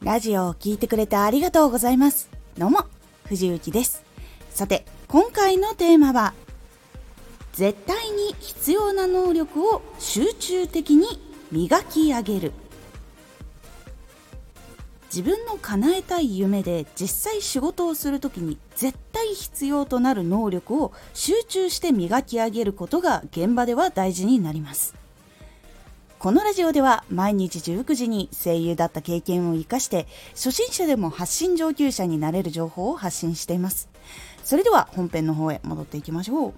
ラジオを聞いてくれてありがとうございます。どうも、藤幸です。さて、今回のテーマは、絶対に必要な能力を集中的に磨き上げる。自分の叶えたい夢で実際仕事をするときに絶対必要となる能力を集中して磨き上げることが現場では大事になります。このラジオでは毎日19時に声優だった経験を生かして初心者でも発信上級者になれる情報を発信しています。それでは本編の方へ戻っていきましょう。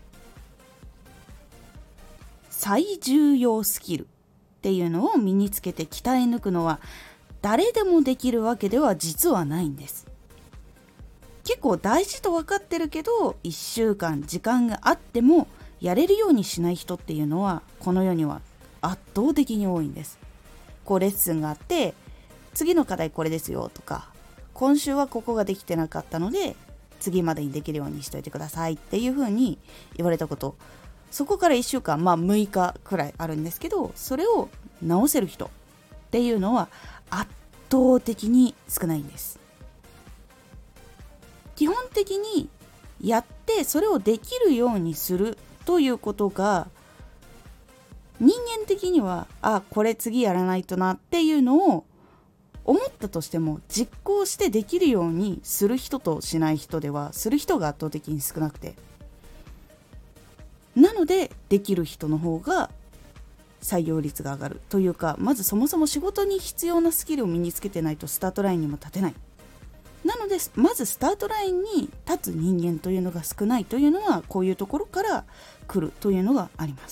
最重要スキルっていうのを身につけて鍛え抜くのは誰でもできるわけでは実はないんです。結構大事と分かってるけど1週間時間があってもやれるようにしない人っていうのはこの世には圧倒的に多いんです。こうレッスンがあって次の課題これですよとか、今週はここができてなかったので次までにできるようにしといてくださいっていう風に言われたこと、そこから1週間6日くらいあるんですけど、それを直せる人っていうのは圧倒的に少ないんです。基本的にやってそれをできるようにするということが人間的にはこれ次やらないとなっていうのを思ったとしても実行してできるようにする人としない人ではする人が圧倒的に少なくて、なのでできる人の方が採用率が上がるというか、まずそもそも仕事に必要なスキルを身につけてないとスタートラインにも立てない。なのでまずスタートラインに立つ人間というのが少ないというのはこういうところから来るというのがあります。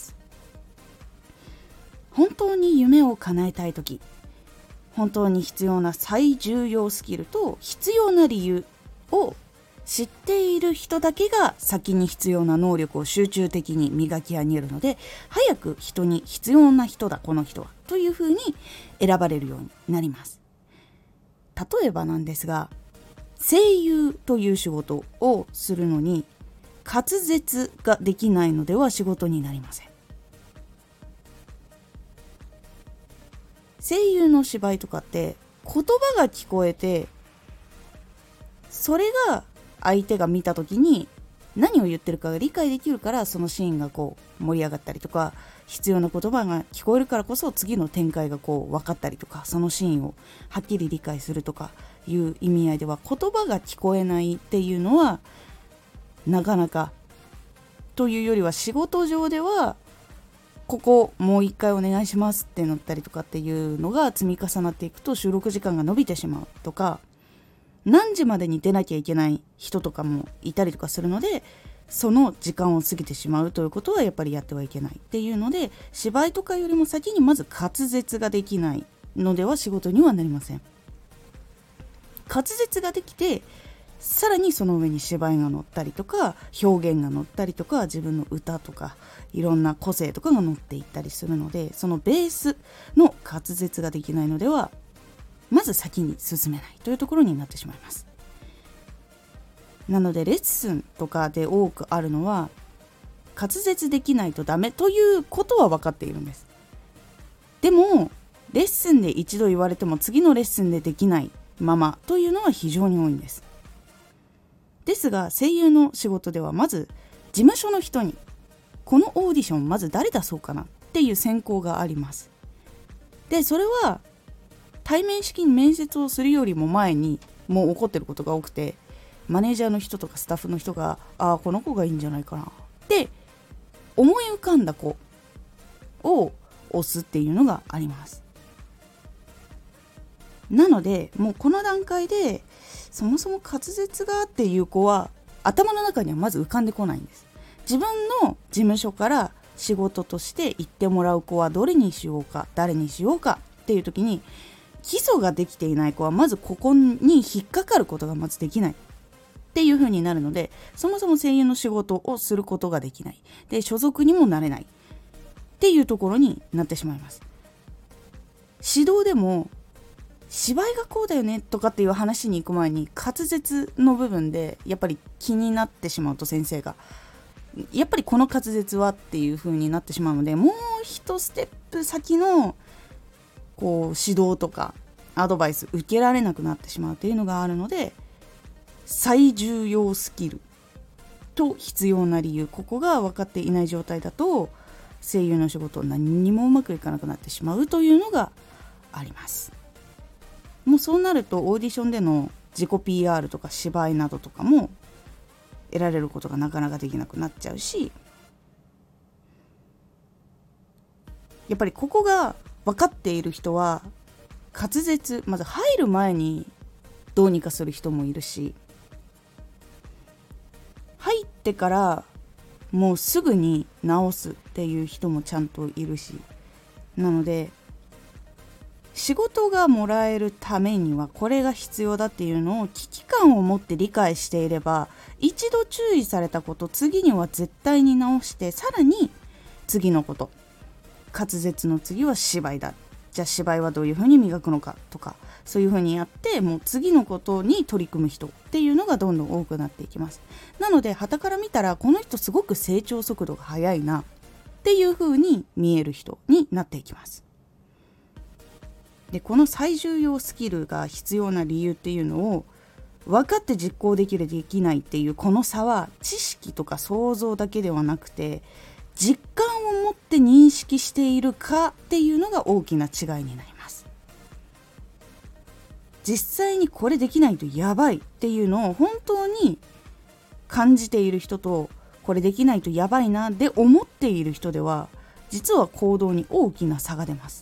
本当に夢を叶えたいとき、本当に必要な最重要スキルと必要な理由を知っている人だけが先に必要な能力を集中的に磨き上げるので、早く人に必要な人だこの人はというふうに選ばれるようになります。例えばなんですが、声優という仕事をするのに滑舌ができないのでは仕事になりません。声優の芝居とかって言葉が聞こえて、それが相手が見た時に何を言ってるかが理解できるから、そのシーンがこう盛り上がったりとか、必要な言葉が聞こえるからこそ次の展開がこう分かったりとか、そのシーンをはっきり理解するとかいう意味合いでは、言葉が聞こえないっていうのはなかなかというよりは、仕事上ではここもう一回お願いしますってなったりとかっていうのが積み重なっていくと収録時間が伸びてしまうとか、何時までに出なきゃいけない人とかもいたりとかするので、その時間を過ぎてしまうということはやっぱりやってはいけないっていうので、芝居とかよりも先にまず滑舌ができないのでは仕事にはなりません。滑舌ができて、さらにその上に芝居が乗ったりとか表現が乗ったりとか自分の歌とかいろんな個性とかが乗っていったりするので、そのベースの滑舌ができないのではまず先に進めないというところになってしまいます。なのでレッスンとかで多くあるのは、滑舌できないとダメということは分かっているんです。でもレッスンで一度言われても次のレッスンでできないままというのは非常に多いんです。ですが声優の仕事ではまず事務所の人にこのオーディションまず誰出そうかなっていう選考があります。でそれは対面式に面接をするよりも前にもう起こってることが多くて、マネージャーの人とかスタッフの人がこの子がいいんじゃないかなって思い浮かんだ子を押すっていうのがあります。なのでもうこの段階でそもそも滑舌がっていう子は頭の中にはまず浮かんでこないんです。自分の事務所から仕事として行ってもらう子はどれにしようか誰にしようかっていう時に、基礎ができていない子はまずここに引っかかることがまずできないっていう風になるので、そもそも声優の仕事をすることができないで、所属にもなれないっていうところになってしまいます。指導でも芝居がこうだよねとかっていう話に行く前に滑舌の部分でやっぱり気になってしまうと、先生がやっぱりこの滑舌はっていう風になってしまうので、もう一ステップ先のこう指導とかアドバイス受けられなくなってしまうというのがあるので、最重要スキルと必要な理由、ここが分かっていない状態だと声優の仕事何にもうまくいかなくなってしまうというのがあります。もうそうなるとオーディションでの自己 PR とか芝居などとかも得られることがなかなかできなくなっちゃうし、やっぱりここが分かっている人は滑舌、まず入る前にどうにかする人もいるし、入ってからもうすぐに直すっていう人もちゃんといるし、なので仕事がもらえるためにはこれが必要だっていうのを危機感を持って理解していれば、一度注意されたこと、次には絶対に直して、さらに次のこと、滑舌の次は芝居だ、じゃあ芝居はどういうふうに磨くのかとか、そういうふうにやってもう次のことに取り組む人っていうのがどんどん多くなっていきます。なので傍から見たらこの人すごく成長速度が速いなっていうふうに見える人になっていきます。でこの最重要スキルが必要な理由っていうのを分かって実行できるできないっていうこの差は知識とか想像だけではなくて、実感を持って認識しているかっていうのが大きな違いになります。実際にこれできないとやばいっていうのを本当に感じている人と、これできないとやばいなで思っている人では実は行動に大きな差が出ます。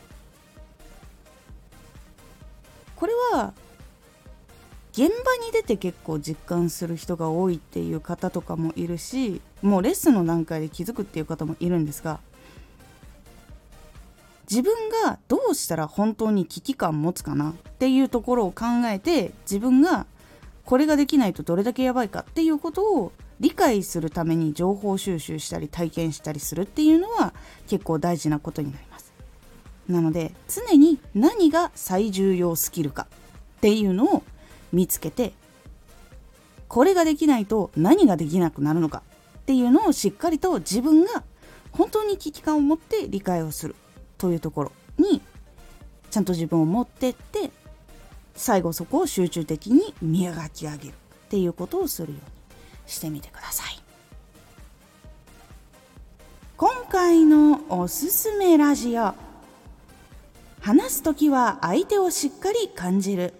これは現場に出て結構実感する人が多いっていう方とかもいるし、もうレッスンの段階で気づくっていう方もいるんですが、自分がどうしたら本当に危機感持つかなっていうところを考えて、自分がこれができないとどれだけやばいかっていうことを理解するために情報収集したり体験したりするっていうのは結構大事なことになります。なので常に何が最重要スキルかっていうのを見つけて、これができないと何ができなくなるのかっていうのをしっかりと自分が本当に危機感を持って理解をするというところにちゃんと自分を持ってって、最後そこを集中的に磨き上げるっていうことをするようにしてみてください。今回のおすすめラジオ、話すときは相手をしっかり感じる。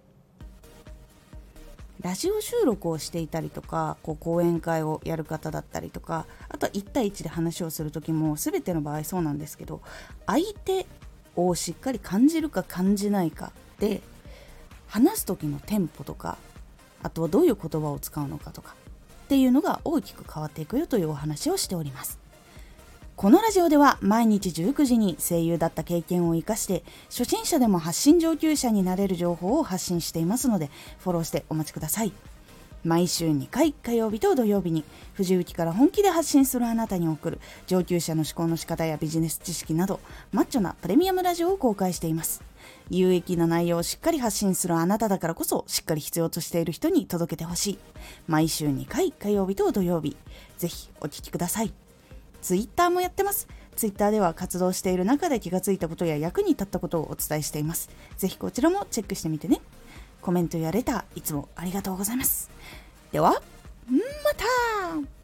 ラジオ収録をしていたりとか、講演会をやる方だったりとか、あとは1対1で話をするときも全ての場合そうなんですけど、相手をしっかり感じるか感じないかで話すときのテンポとか、あとはどういう言葉を使うのかとかっていうのが大きく変わっていくよというお話をしております。このラジオでは毎日19時に声優だった経験を生かして初心者でも発信上級者になれる情報を発信していますので、フォローしてお待ちください。毎週2回、火曜日と土曜日に藤雪から本気で発信するあなたに送る上級者の思考の仕方やビジネス知識などマッチョなプレミアムラジオを公開しています。有益な内容をしっかり発信するあなただからこそ、しっかり必要としている人に届けてほしい。毎週2回、火曜日と土曜日、ぜひお聞きください。ツイッターもやってます。ツイッターでは活動している中で気がついたことや役に立ったことをお伝えしています。ぜひこちらもチェックしてみてね。コメントやレターいつもありがとうございます。ではまた。